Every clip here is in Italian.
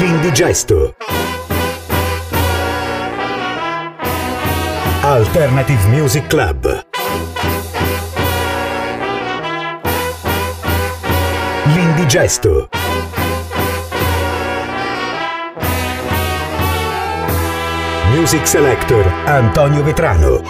L'Indigesto. Alternative Music Club. L'Indigesto. Music Selector Antonio Vetrano.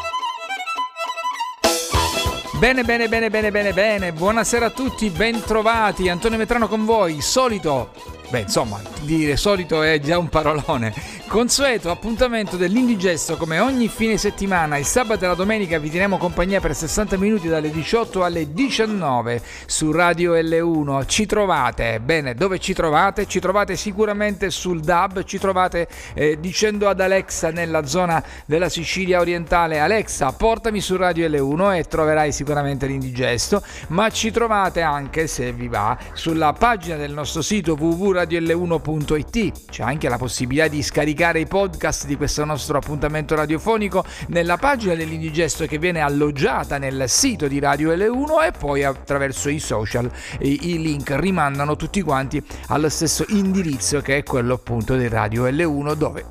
Bene, buonasera a tutti, bentrovati, Antonio Vetrano con voi, solito, dire solito è già un parolone, consueto appuntamento dell'Indigesto come ogni fine settimana, il sabato e la domenica vi teniamo compagnia per 60 minuti dalle 18 alle 19 su Radio L1, ci trovate, bene, dove ci trovate? Ci trovate sicuramente sul DAB, ci trovate dicendo ad Alexa nella zona della Sicilia orientale, Alexa portami su Radio L1 e troverai sicuramente l'Indigesto, ma ci trovate anche, se vi va, sulla pagina del nostro sito www.radiol1.it, c'è anche la possibilità di scaricare i podcast di questo nostro appuntamento radiofonico nella pagina dell'Indigesto che viene alloggiata nel sito di Radio L1 e poi attraverso i social i link rimandano tutti quanti allo stesso indirizzo che è quello appunto di Radio L1 dove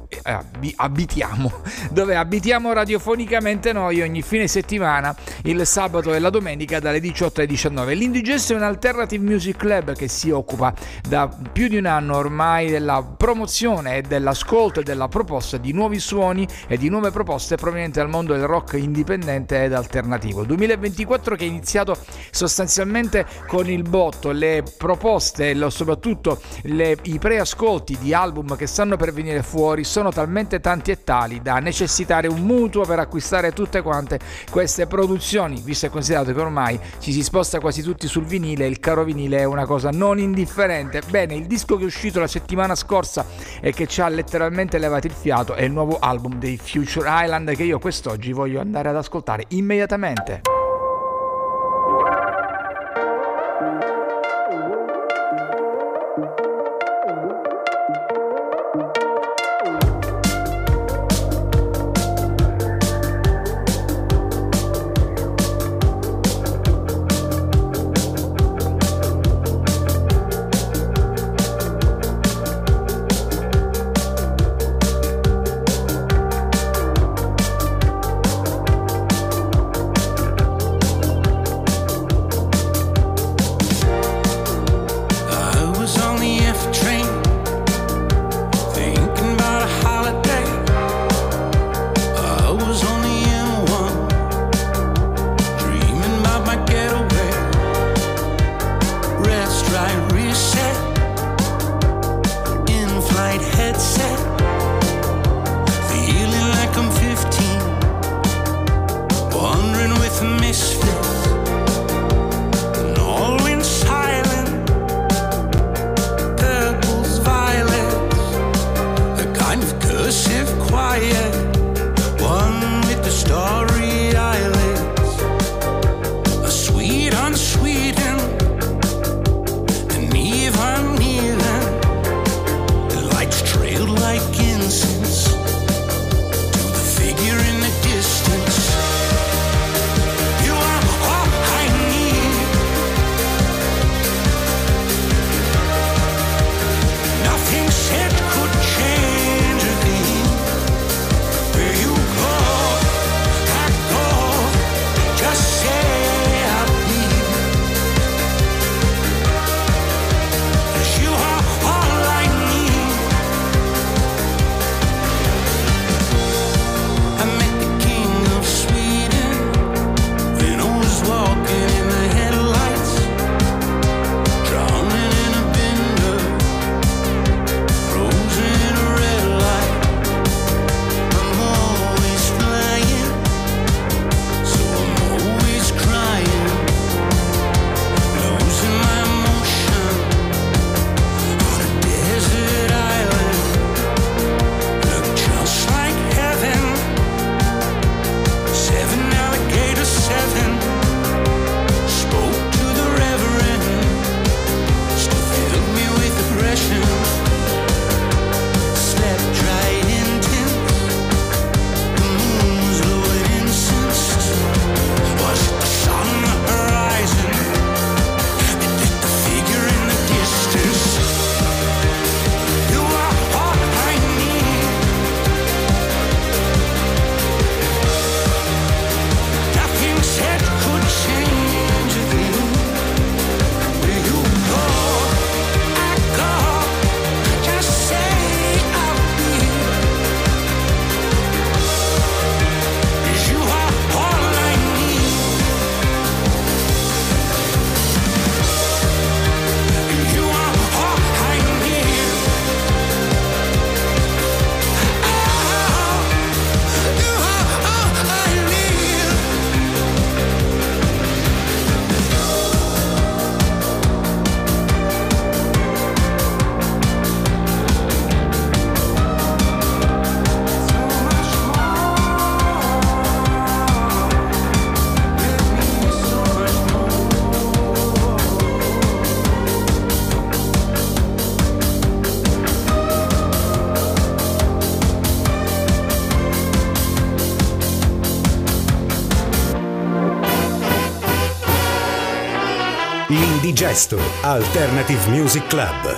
abitiamo radiofonicamente noi ogni fine settimana il sabato e la domenica dalle 18 alle 19. L'Indigesto è un Alternative Music Club che si occupa da più di un anno ormai della promozione e dell'ascolto e della proposta di nuovi suoni e di nuove proposte provenienti dal mondo del rock indipendente ed alternativo. 2024 che è iniziato sostanzialmente con il botto, le proposte e soprattutto i preascolti di album che stanno per venire fuori sono talmente tanti e tali da necessitare un mutuo per acquistare tutte quante queste produzioni, visto e considerato che ormai ci si sposta quasi tutti sul vinile, il caro vinile è una cosa non indifferente. Bene, il disco che è uscito la settimana scorsa e che ci ha letteralmente levato il fiato è il nuovo album dei Future Island che io quest'oggi voglio andare ad ascoltare immediatamente. L'Indigesto Alternative Music Club.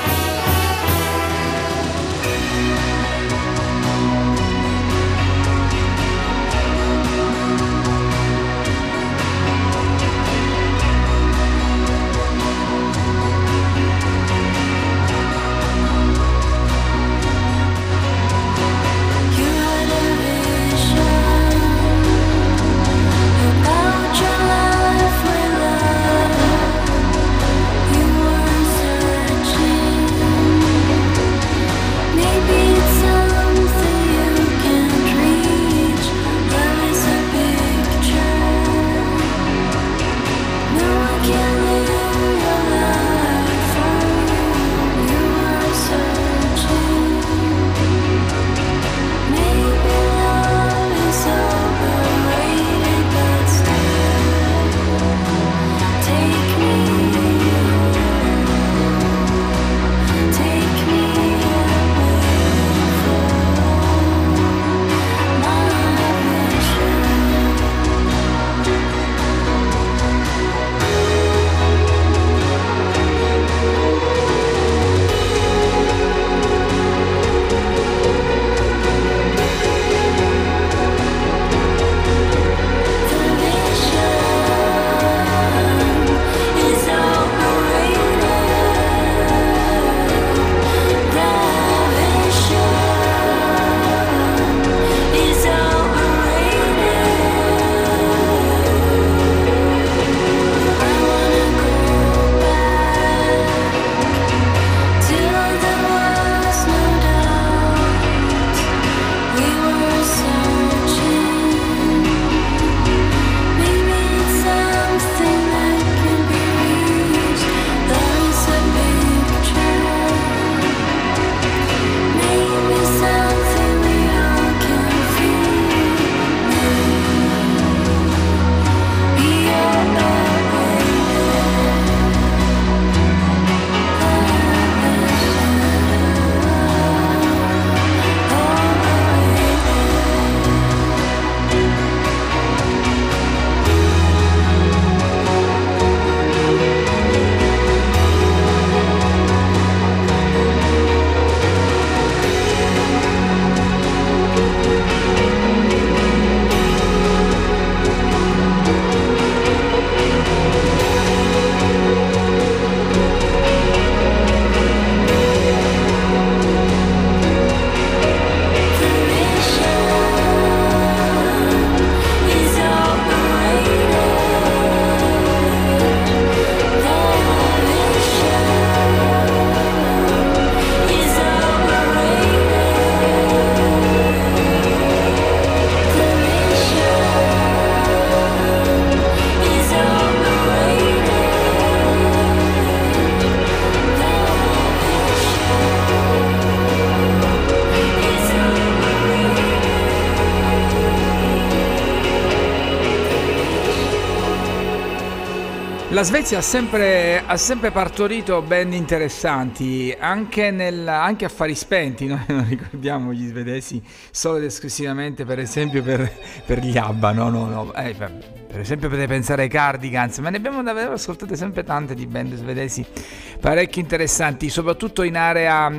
La Svezia ha sempre partorito band interessanti, anche affari spenti. Noi non ricordiamo gli svedesi solo ed esclusivamente, per esempio, per gli ABBA, no. Per esempio potete pensare ai Cardigans, ma ne abbiamo davvero ascoltate sempre tante di band svedesi parecchio interessanti, soprattutto in area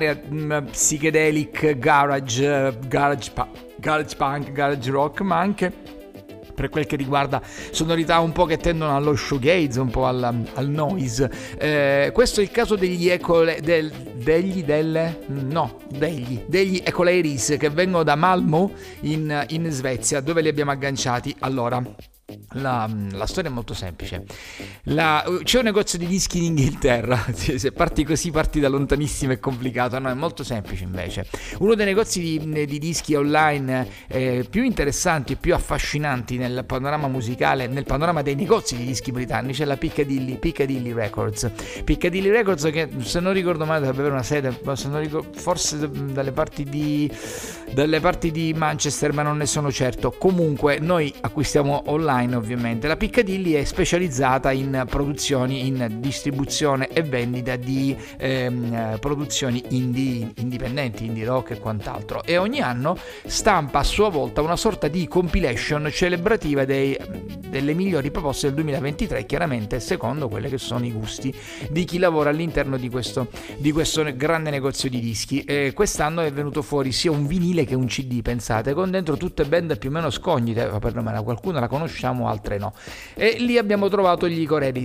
psychedelic, garage punk, garage rock, ma anche per quel che riguarda sonorità un po' che tendono allo shoegaze, un po' al noise. Questo è il caso degli degli Ecoladies, che vengono da Malmö in Svezia, dove li abbiamo agganciati. Allora, la storia è molto semplice. C'è un negozio di dischi in Inghilterra. Se parti così, parti da lontanissimo, è complicato. No, è molto semplice invece. Uno dei negozi di dischi online più interessanti e più affascinanti nel panorama musicale, nel panorama dei negozi di dischi britannici, è la Piccadilly Records. Piccadilly Records, che se non ricordo male dovrebbe avere una sede, forse dalle parti di Manchester, ma non ne sono certo. Comunque noi acquistiamo online ovviamente. La Piccadilly è specializzata in produzioni, in distribuzione e vendita di produzioni indipendenti, indie rock e quant'altro, e ogni anno stampa a sua volta una sorta di compilation celebrativa delle migliori proposte del 2023, chiaramente secondo quelli che sono i gusti di chi lavora all'interno di questo grande negozio di dischi. Quest'anno è venuto fuori sia un vinile che un CD, pensate, con dentro tutte band più o meno scognite, perlomeno qualcuna la conosciamo, altre no. E lì abbiamo trovato gli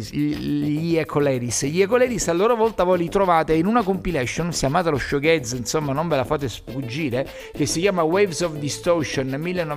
Ecoladys. A loro volta voi li trovate in una compilation chiamata lo Showgaze, insomma non ve la fate sfuggire, che si chiama Waves of Distortion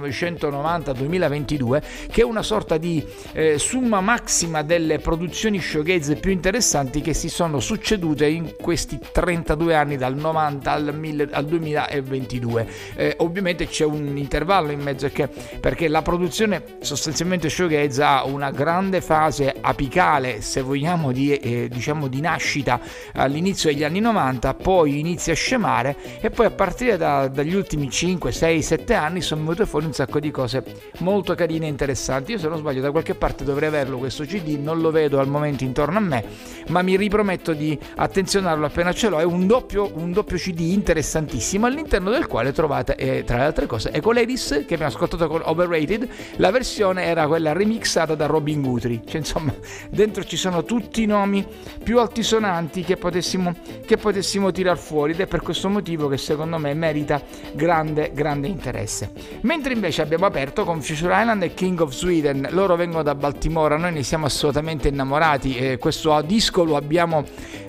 1990-2022, che è una sorta di summa maxima delle produzioni showgaze più interessanti che si sono succedute in questi 32 anni, dal 90 al 2022. Ovviamente c'è un intervallo in mezzo, perché la produzione sostanzialmente showgaze ha una grande fase apicale, se vogliamo, di nascita all'inizio degli anni 90, poi inizia a scemare e poi a partire dagli ultimi 5, 6, 7 anni sono venute fuori un sacco di cose molto carine e interessanti. Io, se non sbaglio, da qualche parte dovrei averlo questo CD, non lo vedo al momento intorno a me, ma mi riprometto di attenzionarlo appena ce l'ho. È un doppio CD interessantissimo, all'interno del quale trovate tra le altre cose Ecoladys, che abbiamo ascoltato con Overrated. La versione era quella remixata da Robin Guthrie, cioè insomma dentro ci sono tutti i nomi più altisonanti che potessimo tirar fuori, ed è per questo motivo che secondo me merita grande interesse. Mentre invece abbiamo aperto con Future Island e King of Sweden. Loro vengono da Baltimora, noi ne siamo assolutamente innamorati, questo disco lo abbiamo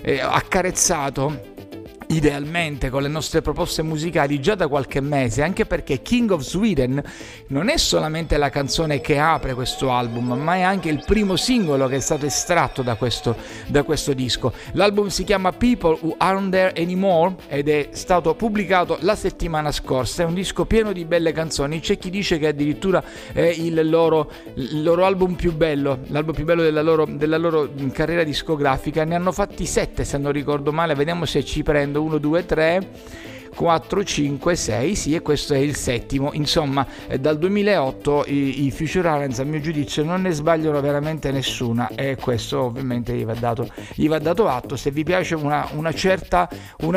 accarezzato idealmente con le nostre proposte musicali già da qualche mese, anche perché King of Sweden non è solamente la canzone che apre questo album, ma è anche il primo singolo che è stato estratto da questo disco. L'album si chiama People Who Aren't There Anymore ed è stato pubblicato la settimana scorsa. È un disco pieno di belle canzoni, c'è chi dice che addirittura è il loro album più bello, l'album più bello della loro carriera discografica. Ne hanno fatti 7 se non ricordo male, vediamo se ci prendo. 1, 2, 3, 4, 5, 6, sì, e questo è il 7º. Insomma, dal 2008 i Future Islands, a mio giudizio, non ne sbagliano veramente nessuna, e questo ovviamente gli va dato atto. Se vi piace una certa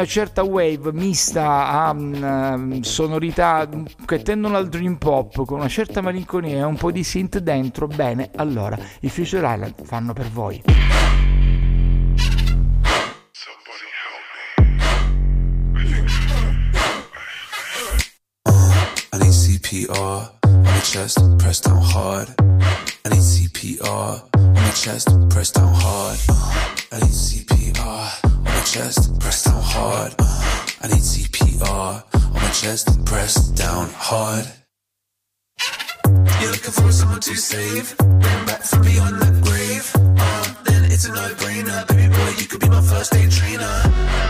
wave mista a sonorità che tendono al dream pop, con una certa malinconia e un po' di synth dentro, bene, allora i Future Islands fanno per voi. CPR on the chest, press down hard. I need CPR on the chest, press down hard. I need CPR on the chest, press down hard. I need CPR on my chest, press down hard. You're looking for someone to save, bring back from beyond the grave. Then it's a no-brainer, baby boy, you could be my first aid trainer.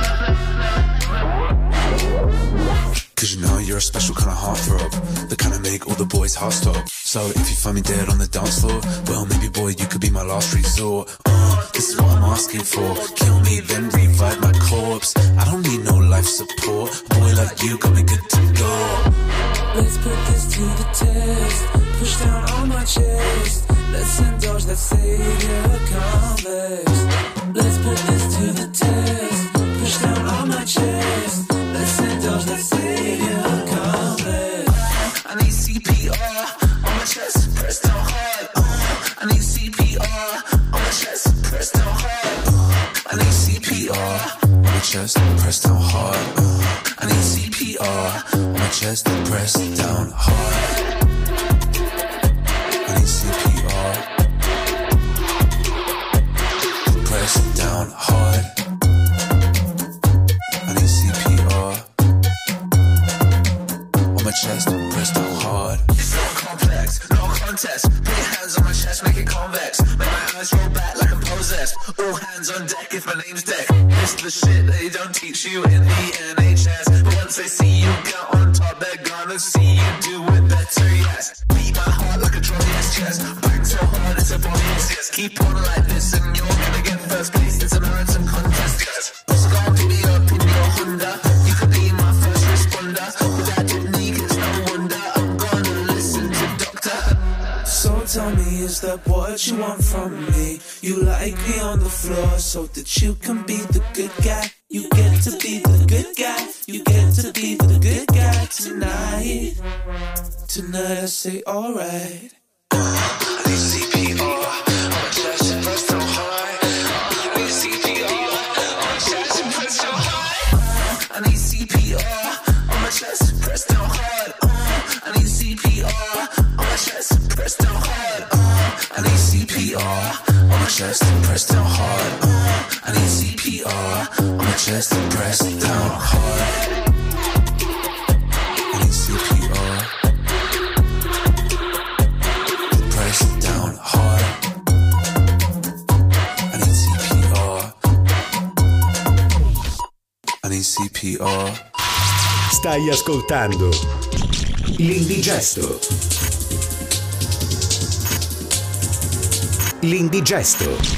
Cause you know you're a special kind of heartthrob, the kind of make all the boys' hearts stop. So if you find me dead on the dance floor, well maybe boy you could be my last resort. This is what I'm asking for, kill me then revive my corpse. I don't need no life support, a boy like you got me good to go. Let's put this to the test, push down on my chest. Let's indulge that savior complex. Let's put this to the test, push down on my chest. Let's indulge that savior complex. I need CPR on my chest, press down hard. I need CPR on my chest, press down hard. I need CPR on my chest, press down hard. I need CPR on my chest, press down hard. I need CPR, press down hard. I need CPR on my chest, press down hard. It's not complex, no contest. Put your hands on my chest, make it convex. Make my eyes roll back like I'm possessed. All hands on deck if my name's Deck. It's the shit they don't teach you in the NHS. But once they see you get on top, they're gonna see you do it better, yes. Beat my heart like a drum, yes, chest. Bang so hard it's a body, yes. Keep on like this and you're gonna get first place. It's a marathon contest, yes. So go and pick me up in your Honda. You could be my first responder. Without technique, it's no wonder I'm gonna listen to doctor. So tell me, is like what you want from me. You like me on the floor so that you can be the good guy. You get to be the good guy. You get to be the good guy tonight. Tonight I say alright. I need CPR on my chest and press so hard. I need CPR on my chest and press so hard. I need CPR on my chest and press down hard. I need CPR on my chest and press down hard. I need CPR on my chest and press down hard. I need CPR on my chest and press down hard. I need CPR. Press down hard. I need CPR. I need CPR. Stai ascoltando l'Indigesto. L'Indigesto.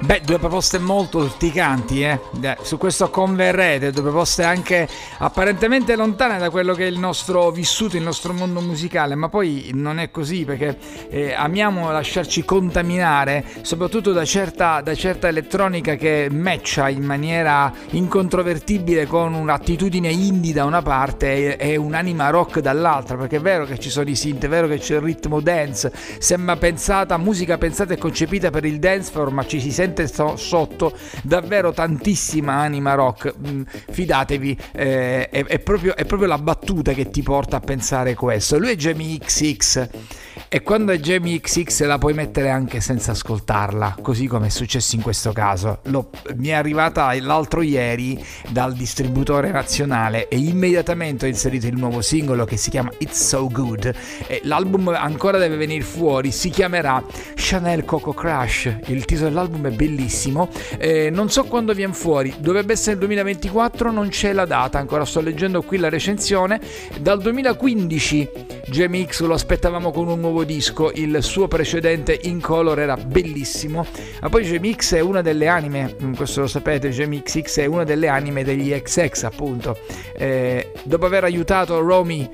Beh, due proposte molto urticanti, su questo converrete, due proposte anche apparentemente lontane da quello che è il nostro vissuto, il nostro mondo musicale, ma poi non è così, perché amiamo lasciarci contaminare, soprattutto da certa elettronica che matcha in maniera incontrovertibile con un'attitudine indie da una parte e un'anima rock dall'altra, perché è vero che ci sono i synth, è vero che c'è il ritmo dance, sembra musica pensata e concepita per il dance floor, ma ci si sente sotto davvero tantissima anima rock. Fidatevi, è proprio la battuta che ti porta a pensare questo. Lui è Jamie XX e quando è Jamie XX la puoi mettere anche senza ascoltarla, così come è successo in questo caso. Mi è arrivata l'altro ieri dal distributore nazionale e immediatamente ho inserito il nuovo singolo che si chiama It's So Good, e l'album ancora deve venire fuori, si chiamerà Chanel Coco Crush, il titolo dell'album è bellissimo, non so quando viene fuori, dovrebbe essere il 2024, non c'è la data ancora, sto leggendo qui la recensione. Dal 2015 Jamie X lo aspettavamo con un nuovo disco, il suo precedente In Color era bellissimo, ma poi Jamie X è una delle anime, questo lo sapete, Jamie XX è una delle anime degli XX appunto, dopo aver aiutato Romy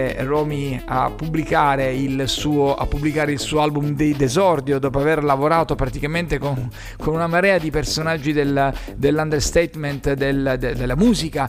a pubblicare il suo album di esordio, dopo aver lavorato praticamente con una marea di personaggi dell'understatement della musica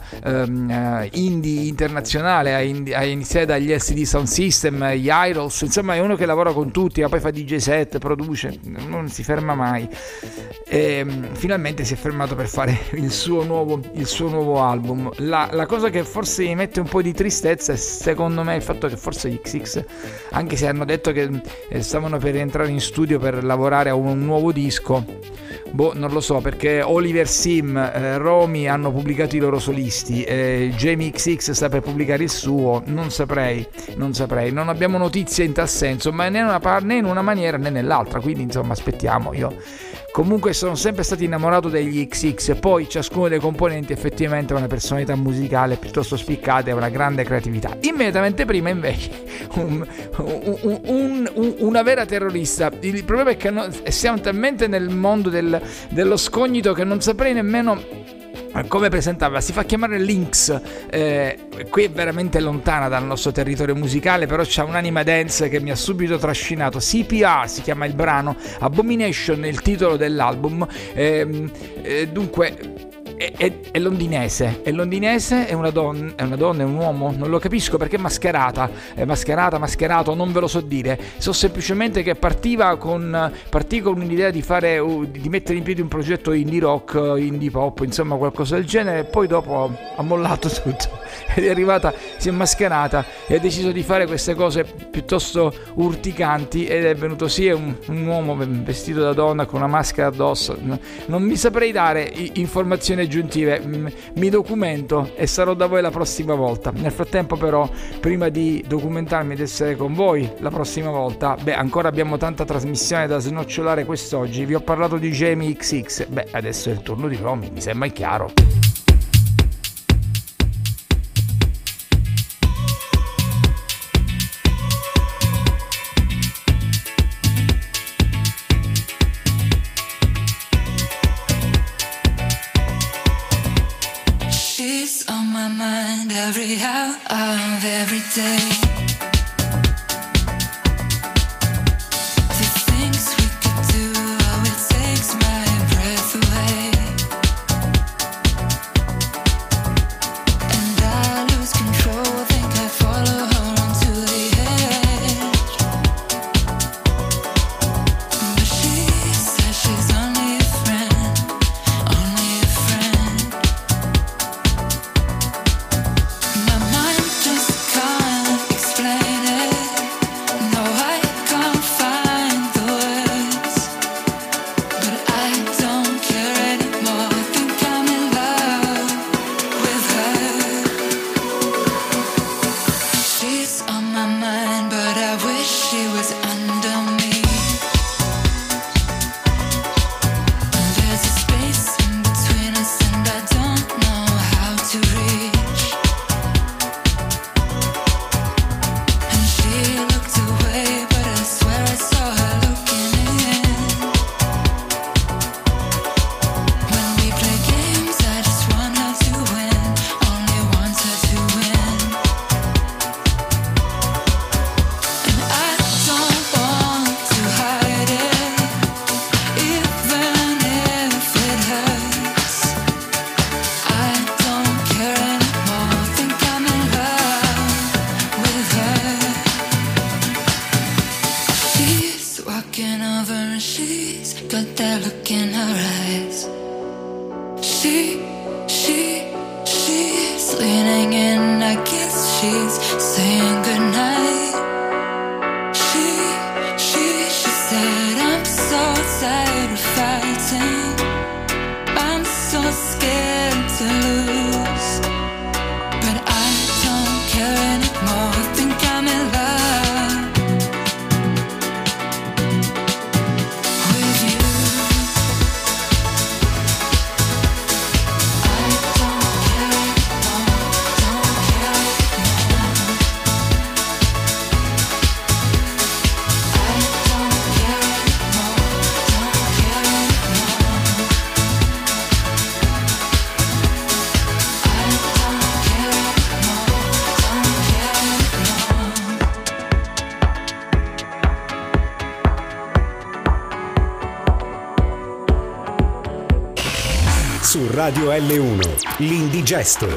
indie internazionale, ha iniziato dagli LCD Sound System, gli Idols, insomma è uno che lavora con tutti, ma poi fa DJ set, produce, non si ferma mai, e finalmente si è fermato per fare il suo nuovo album. La cosa che forse mi mette un po' di tristezza è secondo me il fatto che forse gli XX, anche se hanno detto che stavano per entrare in studio per lavorare a un nuovo disco, non lo so, perché Oliver Sim, Romy hanno pubblicato i loro solisti, Jamie XX sta per pubblicare il suo, non saprei, non abbiamo notizie in tal senso, ma né in una maniera né nell'altra, quindi insomma aspettiamo. Io comunque sono sempre stato innamorato degli XX, poi ciascuno dei componenti effettivamente ha una personalità musicale piuttosto spiccata e una grande creatività. Immediatamente prima invece una vera terrorista. Il problema è che siamo talmente nel mondo dello scognito che non saprei nemmeno come presentarla. Si fa chiamare Lynx, qui è veramente lontana dal nostro territorio musicale, però c'ha un'anima dance che mi ha subito trascinato. CPR si chiama il brano, Abomination è il titolo dell'album, dunque è londinese, è una donna, è un uomo, non lo capisco perché è mascherato, non ve lo so dire, so semplicemente che partì con un'idea di mettere in piedi un progetto indie rock, indie pop, insomma qualcosa del genere, e poi dopo ha mollato tutto ed è arrivata, si è mascherata e ha deciso di fare queste cose piuttosto urticanti ed è venuto un uomo vestito da donna con una maschera addosso. Non mi saprei dare informazioni aggiuntive, mi documento e sarò da voi la prossima volta. Nel frattempo però, prima di documentarmi ed essere con voi la prossima volta, ancora abbiamo tanta trasmissione da snocciolare quest'oggi. Vi ho parlato di Jamie XX, adesso è il turno di Romy, mi sembra chiaro. Every hour of every day. Express looking over and she's got that look in her eyes. She's leaning in, I guess she's saying goodnight. She said, I'm so tired of fighting, I'm so scared to lose, but I don't care anymore, think I'm in love with you. I don't care anymore, don't care anymore. I don't care anymore, don't care anymore. I don't care anymore, don't care anymore. Su Radio L1, l'Indigesto.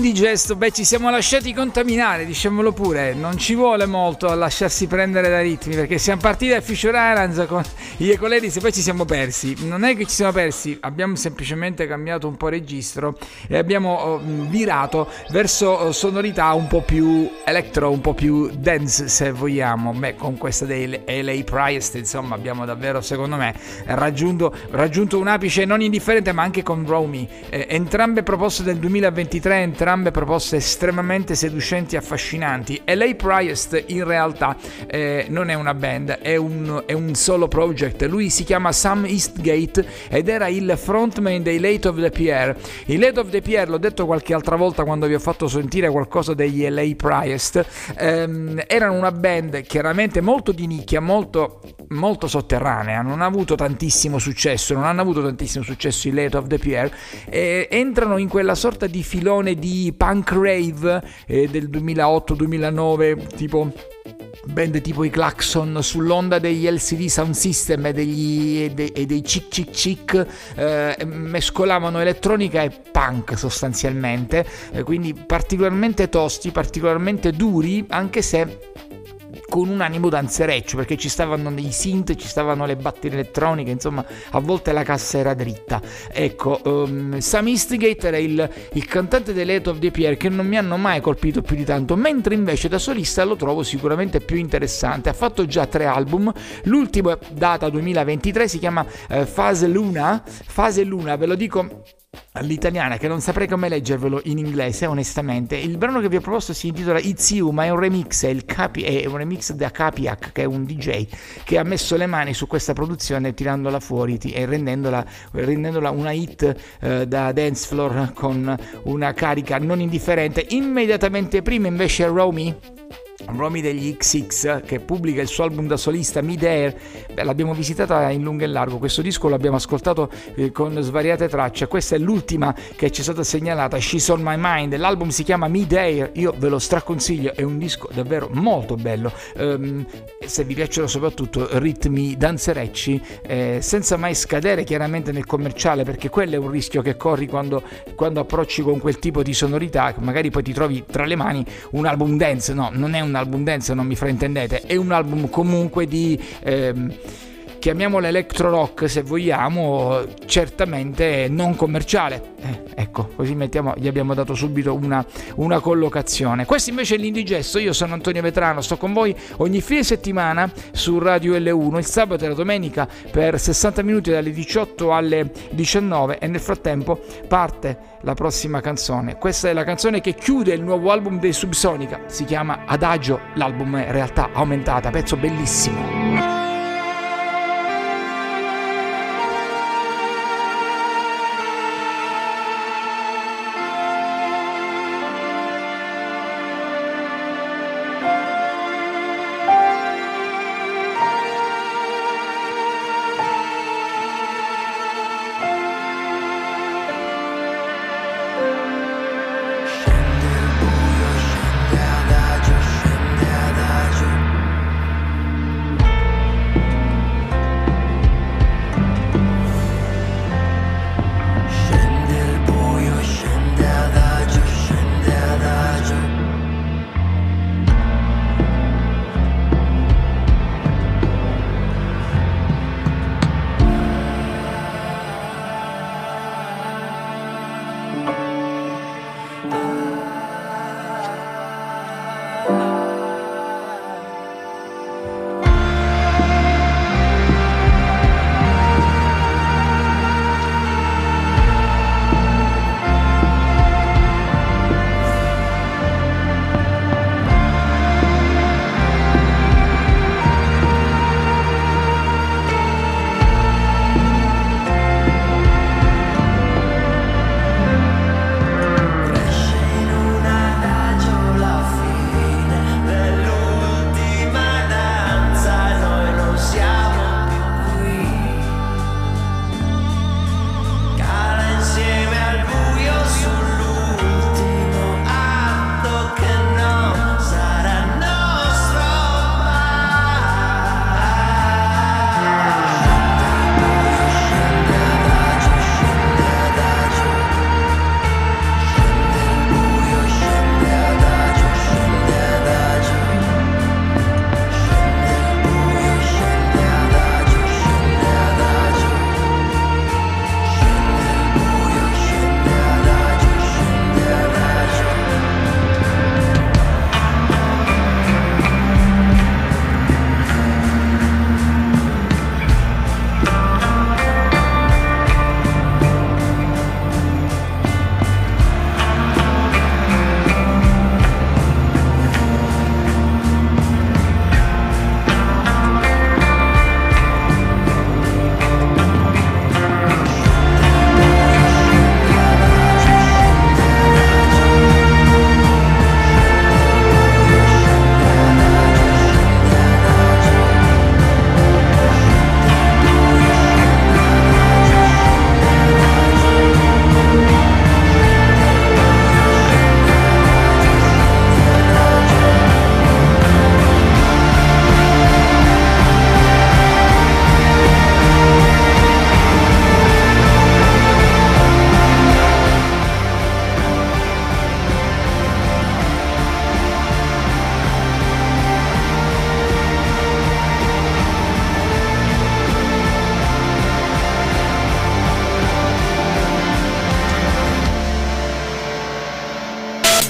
l'indigesto, ci siamo lasciati contaminare, diciamolo pure, non ci vuole molto a lasciarsi prendere dai ritmi, perché siamo partiti da Fisher Islands con gli Ecoledis e poi ci siamo persi. Non è che ci siamo persi, abbiamo semplicemente cambiato un po' registro e abbiamo virato verso sonorità un po' più electro, un po' più dance, se vogliamo. Con questa dei LA Priest, insomma, abbiamo davvero, secondo me, raggiunto un apice non indifferente, ma anche con Romy. Entrambe proposte del 2023, entrambe proposte estremamente seducenti e affascinanti. LA Priest in realtà non è una band, è un solo project. Lui si chiama Sam Eastgate ed era il frontman dei Late of the Pierre. I Late of the Pierre, l'ho detto qualche altra volta quando vi ho fatto sentire qualcosa degli LA Priest, erano una band chiaramente molto di nicchia, molto sotterranea, non hanno avuto tantissimo successo i Late of the Pierre, entrano in quella sorta di filone di punk rave del 2008-2009, tipo band tipo i Klaxon, sull'onda degli LCD Sound System e dei Chic Chic Chic, mescolavano elettronica e punk sostanzialmente, quindi particolarmente tosti, particolarmente duri, anche se con un animo danzereccio, perché ci stavano dei synth, ci stavano le batterie elettroniche, insomma a volte la cassa era dritta. Ecco, Sam Eastgate era il cantante dei Late of the Pierre, che non mi hanno mai colpito più di tanto, mentre invece da solista lo trovo sicuramente più interessante. Ha fatto già 3 album, l'ultimo è data 2023, si chiama Fase Luna, ve lo dico all'italiana che non saprei come leggervelo in inglese onestamente. Il brano che vi ho proposto si intitola It's You, ma è un remix, è un remix da Capiak, che è un DJ che ha messo le mani su questa produzione tirandola fuori e rendendola una hit da dance floor con una carica non indifferente. Immediatamente prima invece Romy degli XX, che pubblica il suo album da solista Mid-Air. L'abbiamo visitata in lungo e largo, questo disco l'abbiamo ascoltato con svariate tracce. Questa è l'ultima che ci è stata segnalata, She's on My Mind. L'album si chiama Mid-Air, io ve lo straconsiglio, è un disco davvero molto bello, se vi piacciono soprattutto ritmi danzerecci, senza mai scadere chiaramente nel commerciale, perché quello è un rischio che corri quando approcci con quel tipo di sonorità, magari poi ti trovi tra le mani un album dance. No, non è un album dance, non mi fraintendete, è un album comunque di chiamiamolo electro rock se vogliamo, certamente non commerciale. Ecco, così gli abbiamo dato subito una collocazione. Questo invece è l'Indigesto, io sono Antonio Vetrano, sto con voi ogni fine settimana su Radio L1, il sabato e la domenica per 60 minuti dalle 18 alle 19, e nel frattempo parte la prossima canzone. Questa è la canzone che chiude il nuovo album dei Subsonica, si chiama Adagio, l'album è realtà aumentata, pezzo bellissimo.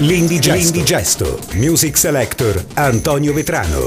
L'Indigesto. Music Selector Antonio Vetrano.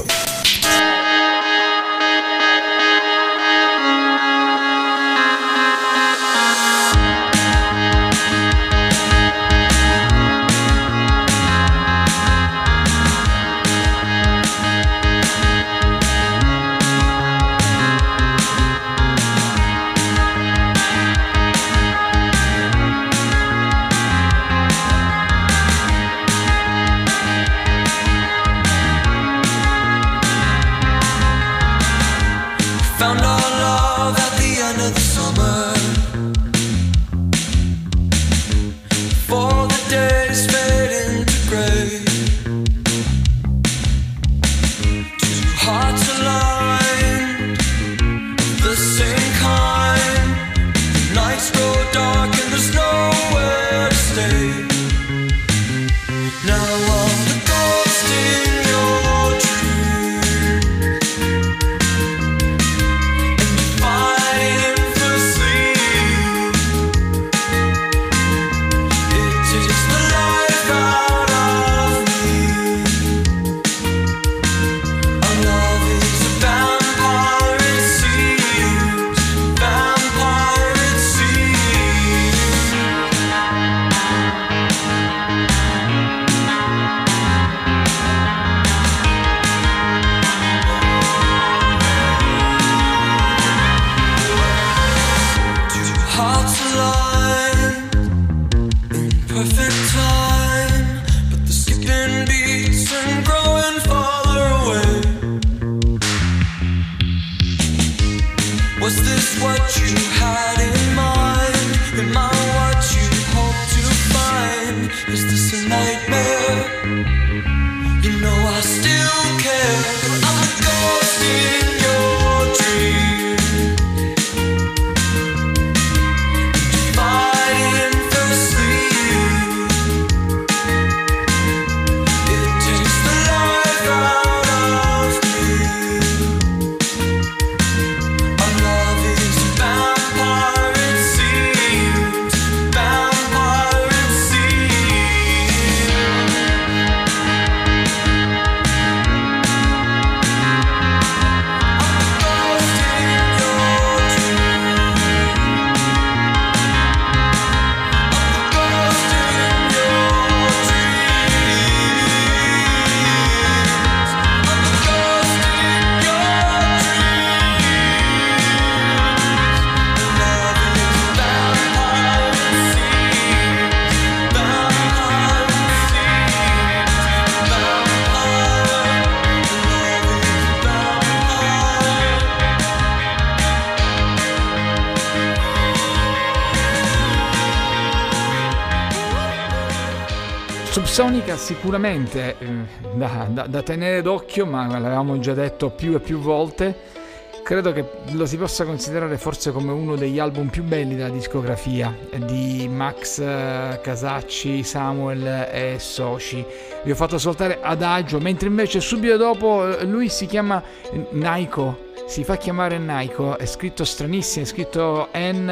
Subsonica sicuramente da tenere d'occhio, ma l'avevamo già detto più e più volte. Credo che lo si possa considerare forse come uno degli album più belli della discografia di Max Casacci, Samuel e soci. Vi ho fatto ascoltare Adagio, mentre invece subito dopo lui si chiama Naiko. Si fa chiamare Naiko, è scritto stranissimo, è scritto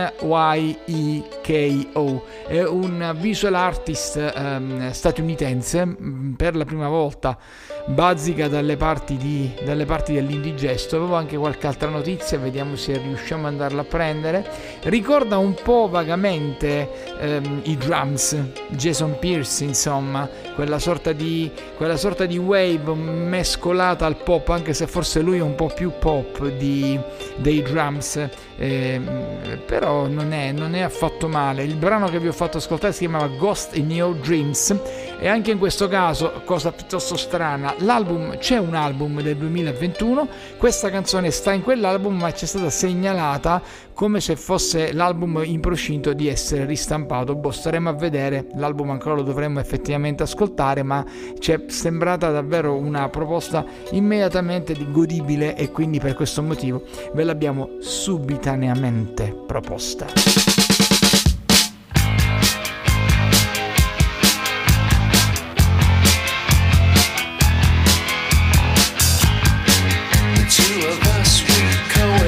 Nyeko, è un visual artist statunitense, per la prima volta bazzica dalle parti dell'Indigesto. Avevo anche qualche altra notizia, vediamo se riusciamo ad andarla a prendere. Ricorda un po' vagamente i drums, Jason Pierce, insomma, quella sorta di wave mescolata al pop, anche se forse lui è un po' più pop dei drums, però non è affatto male. Il brano che vi ho fatto ascoltare si chiamava Ghost in Your Dreams, e anche in questo caso, cosa piuttosto strana, c'è un album del 2021, questa canzone sta in quell'album, ma c'è stata segnalata come se fosse l'album in procinto di essere ristampato. Staremo a vedere, l'album ancora lo dovremmo effettivamente ascoltare, ma ci è sembrata davvero una proposta immediatamente godibile, e quindi per questo motivo ve l'abbiamo subitaneamente proposta.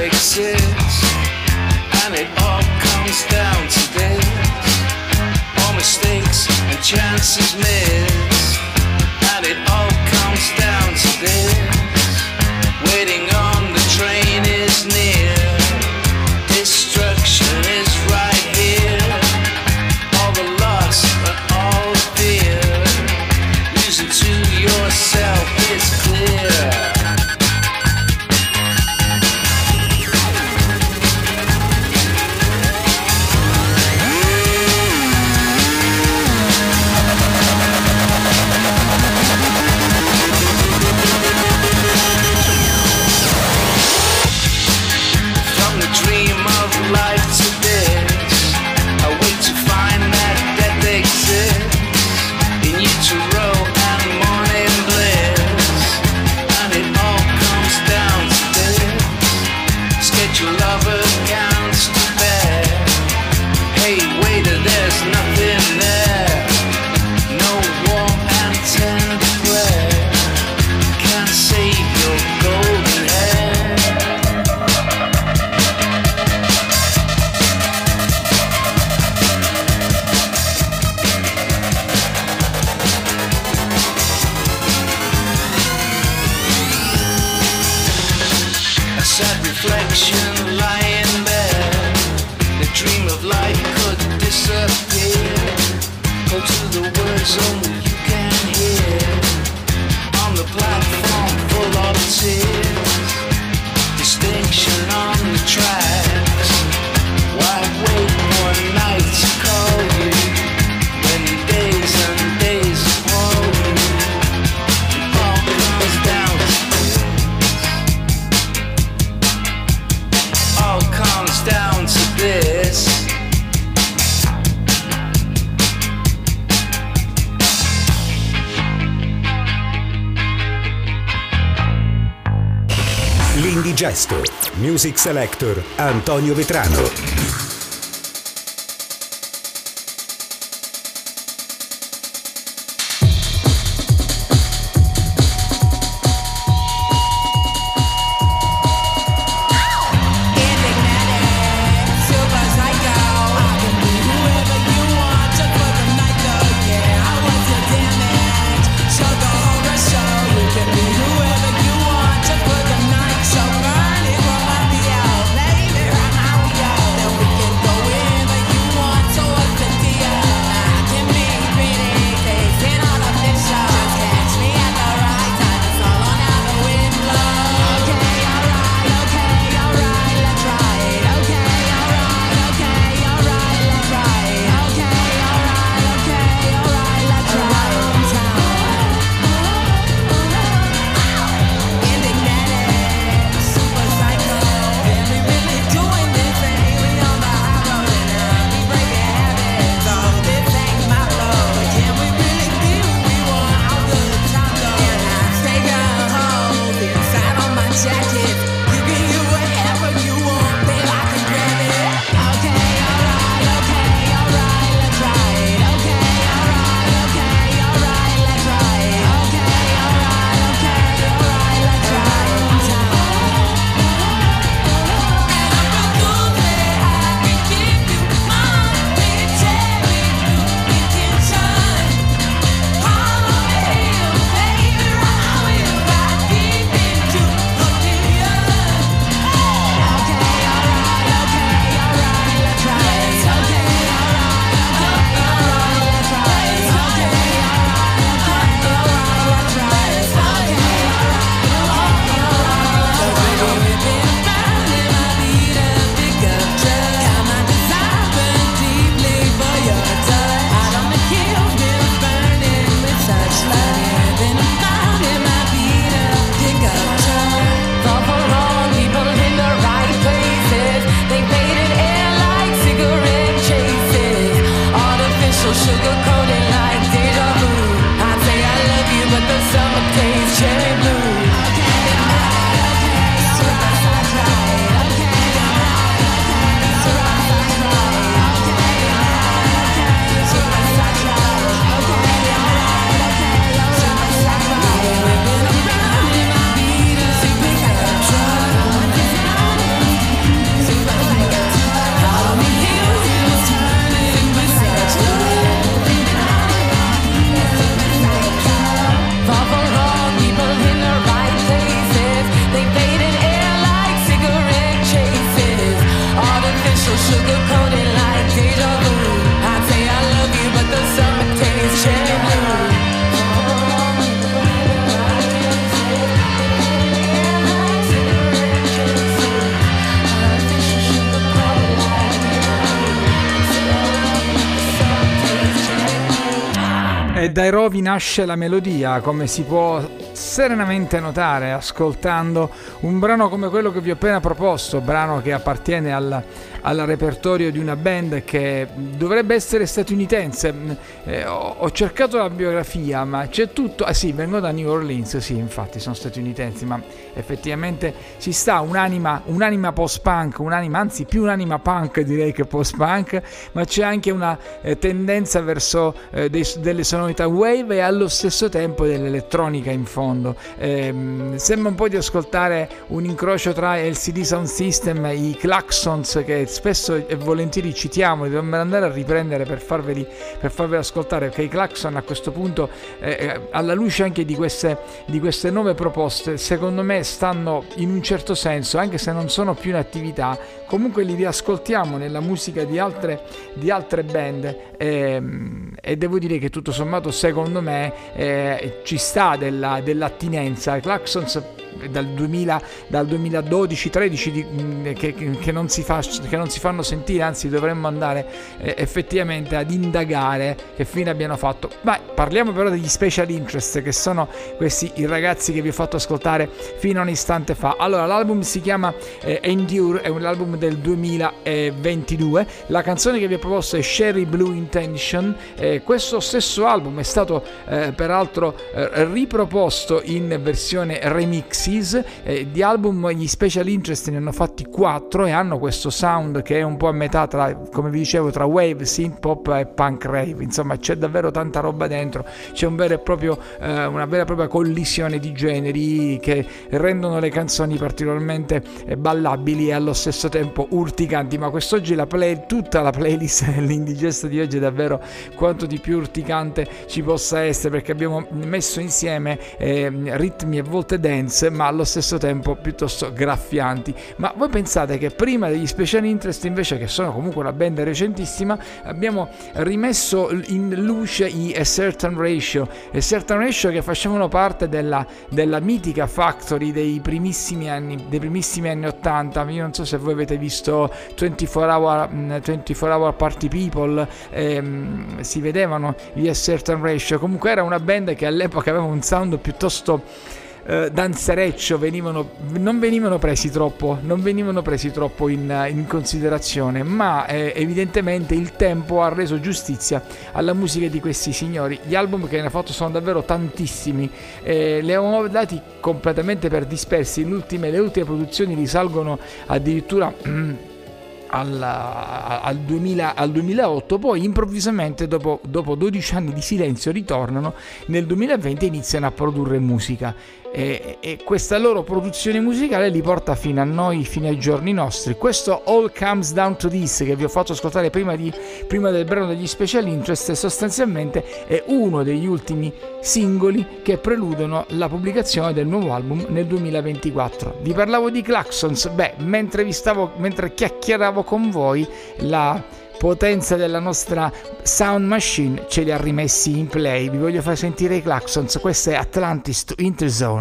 And it all comes down to this. All mistakes and chances missed, and it all comes down to this: waiting on the train is near, destruction is right here, all the loss and all the fear, losing to yourself is clear. L'Indigesto, Music Selector Antonio Vetrano. So burn it, will I be out later? How we all E dai rovi nasce la melodia, come si può serenamente notare ascoltando un brano come quello che vi ho appena proposto, brano che appartiene al repertorio di una band che dovrebbe essere statunitense. Ho cercato la biografia, ma c'è tutto. Ah sì, vengo da New Orleans, sì, infatti sono statunitensi, ma effettivamente ci sta un'anima post-punk, anzi più un'anima punk direi che post-punk, ma c'è anche una tendenza verso delle sonorità wave e allo stesso tempo dell'elettronica in fondo. Sembra un po' di ascoltare un incrocio tra LCD Sound System e i Klaxons, che spesso e volentieri citiamo, li dobbiamo andare a riprendere per farveli ascoltare, perché i Klaxon a questo punto, alla luce anche di queste nuove proposte, secondo me stanno in un certo senso, anche se non sono più in attività, comunque li riascoltiamo nella musica di altre band, e devo dire che tutto sommato secondo me ci sta dell'attinenza. I Klaxons dal 2012-13 che non si fanno sentire, anzi dovremmo andare effettivamente ad indagare che fine abbiano fatto. Ma parliamo però degli Special Interest, che sono questi i ragazzi che vi ho fatto ascoltare fino a un istante fa. Allora, l'album si chiama Endure, è un album del 2022. La canzone che vi ho proposto è Cherry Blue Intention. Questo stesso album è stato peraltro riproposto in versione remix. Di album gli Special Interest ne hanno fatti 4 e hanno questo sound che è un po' a metà tra, come vi dicevo, tra wave, synth pop e punk rave. Insomma, c'è davvero tanta roba dentro, c'è una vera e propria collisione di generi che rendono le canzoni particolarmente ballabili e allo stesso tempo urticanti. Ma quest'oggi tutta la playlist dell'Indigest di oggi è davvero quanto di più urticante ci possa essere, perché abbiamo messo insieme ritmi a volte dance, ma allo stesso tempo piuttosto graffianti. Ma voi pensate che prima degli Special Interest, invece, che sono comunque una band recentissima, abbiamo rimesso in luce i A Certain Ratio che facevano parte della mitica Factory dei primissimi anni 80. Io non so se voi avete visto 24 Hour Party People, si vedevano gli A Certain Ratio. Comunque era una band che all'epoca aveva un sound piuttosto danzereccio, non venivano presi troppo in considerazione, ma evidentemente il tempo ha reso giustizia alla musica di questi signori. Gli album che ne ha fatto sono davvero tantissimi, le avevamo dati completamente per dispersi. Le ultime produzioni risalgono addirittura al 2008, poi improvvisamente dopo 12 anni di silenzio ritornano nel 2020 e iniziano a produrre musica, e questa loro produzione musicale li porta fino a noi, fino ai giorni nostri. Questo All Comes Down to This che vi ho fatto ascoltare prima del brano degli Special Interest sostanzialmente è uno degli ultimi singoli che preludono la pubblicazione del nuovo album nel 2024. Vi parlavo di Klaxons, mentre chiacchieravo con voi, la potenza della nostra sound machine ce li ha rimessi in play. Vi voglio far sentire i Klaxons. Questo è Atlantis to Interzone.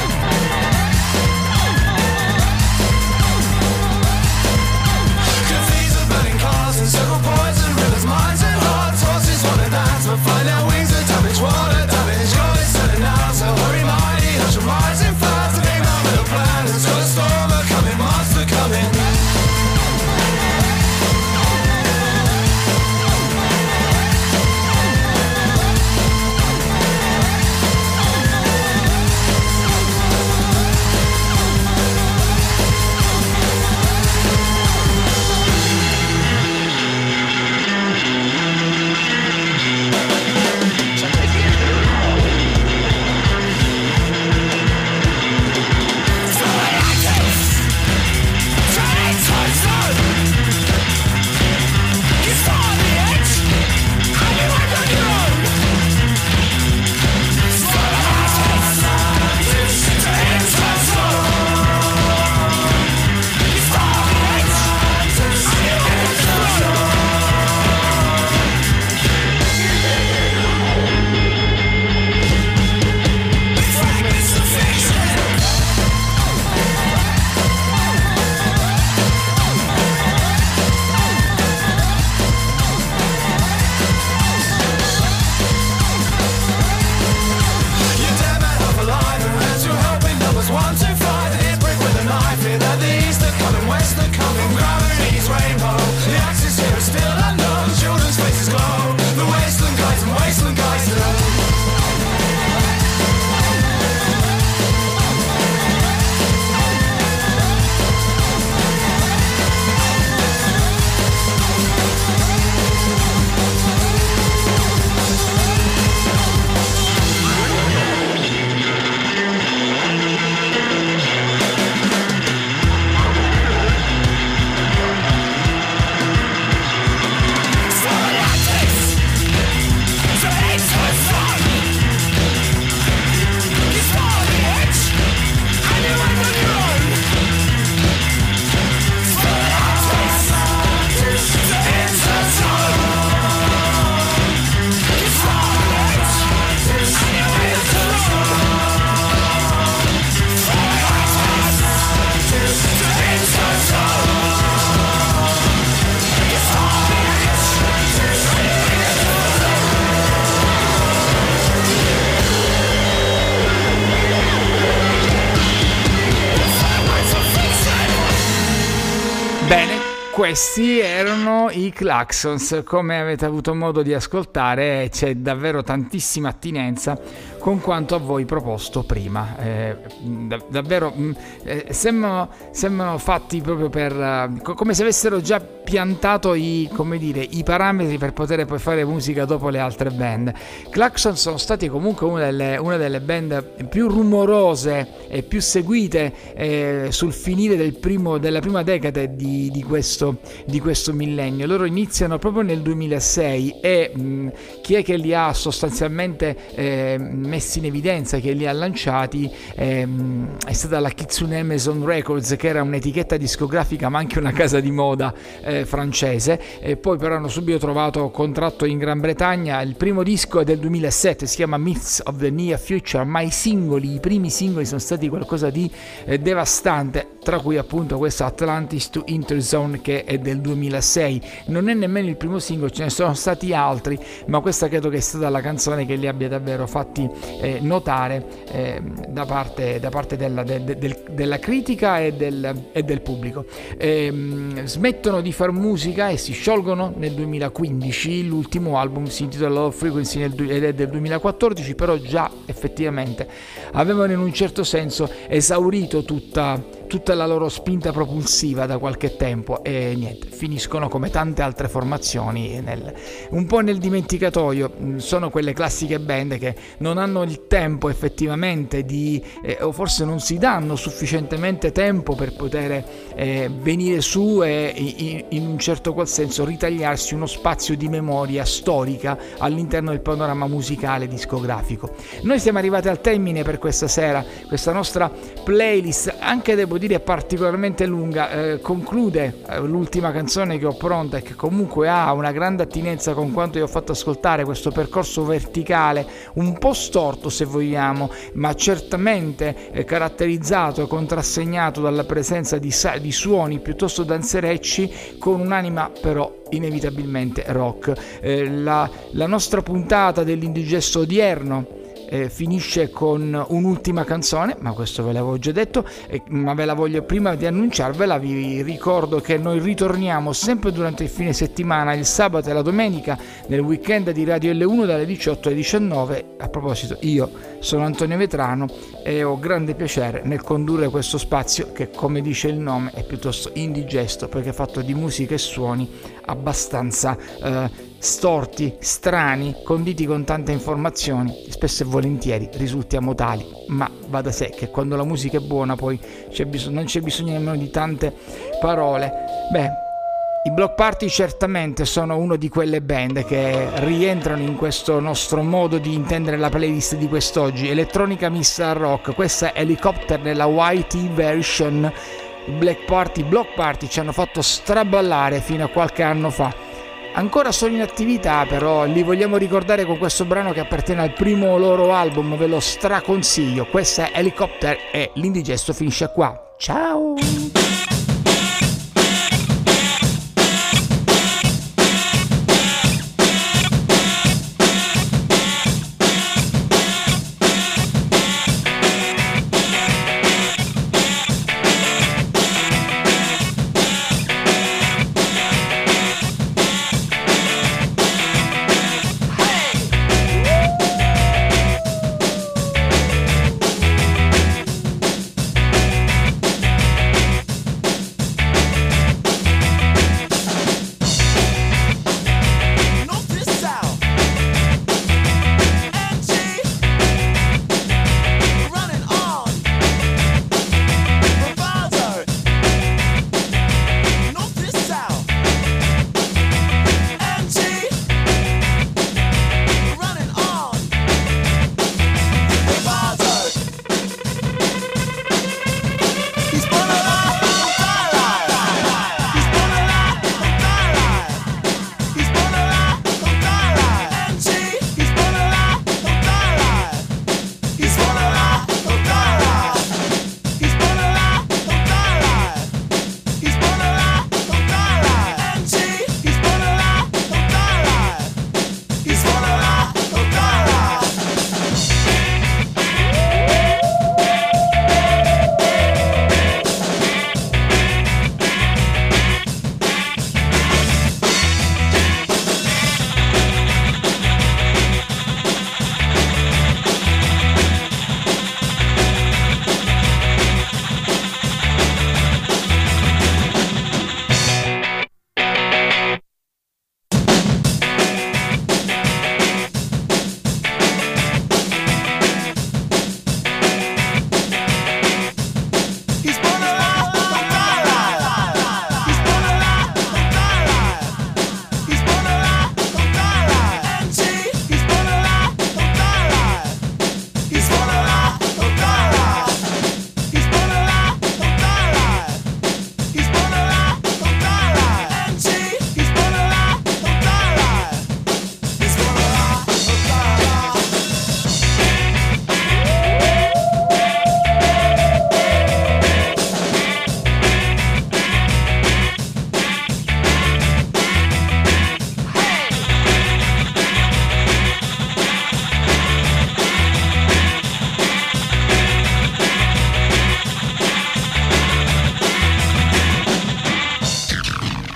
Confess questi erano i Klaxons. Come avete avuto modo di ascoltare, c'è davvero tantissima attinenza con quanto a voi proposto prima. Davvero sembrano fatti proprio per come se avessero già piantato i parametri per poter poi fare musica dopo le altre band. Klaxons sono stati comunque una delle band più rumorose e più seguite sul finire della prima decade di questo millennio. Loro iniziano proprio nel 2006 e chi è che li ha sostanzialmente messi in evidenza, che li ha lanciati, è stata la Kitsune Maison Records, che era un'etichetta discografica ma anche una casa di moda francese, e poi però hanno subito trovato contratto in Gran Bretagna. Il primo disco è del 2007, si chiama Myths of the Near Future, ma i primi singoli sono stati qualcosa di devastante, tra cui appunto questo Atlantis to Interzone, che è del 2006. Non è nemmeno il primo singolo, ce ne sono stati altri, ma questa credo che è stata la canzone che li abbia davvero fatti notare da parte della critica e del pubblico. Smettono di far musica e si sciolgono nel 2015. L'ultimo album si intitola Low Frequency ed è del 2014, però già effettivamente avevano in un certo senso esaurito tutta la loro spinta propulsiva da qualche tempo e niente, finiscono come tante altre formazioni un po' nel dimenticatoio. Sono quelle classiche band che non hanno il tempo effettivamente o forse non si danno sufficientemente tempo per poter venire su e in un certo qual senso ritagliarsi uno spazio di memoria storica all'interno del panorama musicale discografico. Noi siamo arrivati al termine per questa sera. Questa nostra playlist, anche devo dire particolarmente lunga, conclude l'ultima canzone che ho pronta e che comunque ha una grande attinenza con quanto io ho fatto ascoltare, questo percorso verticale un po' storto se vogliamo, ma certamente caratterizzato e contrassegnato dalla presenza di suoni piuttosto danzerecci con un'anima però inevitabilmente rock. La nostra puntata dell'Indigesto odierno finisce con un'ultima canzone, ma questo ve l'avevo già detto, ma ve la voglio, prima di annunciarvela vi ricordo che noi ritorniamo sempre durante il fine settimana, il sabato e la domenica, nel weekend di Radio L1 dalle 18 alle 19. A proposito, io sono Antonio Vetrano e ho grande piacere nel condurre questo spazio che, come dice il nome, è piuttosto indigesto perché è fatto di musica e suoni abbastanza storti, strani, conditi con tante informazioni, spesso e volentieri risultiamo tali, ma va da sé che quando la musica è buona poi non c'è bisogno nemmeno di tante parole. I Block Party certamente sono uno di quelle band che rientrano in questo nostro modo di intendere la playlist di quest'oggi, elettronica mista al rock. Questa è Helicopter nella YT version. I Block Party ci hanno fatto straballare fino a qualche anno fa. Ancora sono in attività, però li vogliamo ricordare con questo brano che appartiene al primo loro album, ve lo straconsiglio. Questa è Helicopter e l'Indigesto finisce qua. Ciao!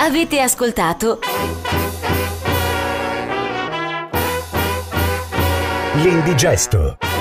Avete ascoltato L'Indigesto.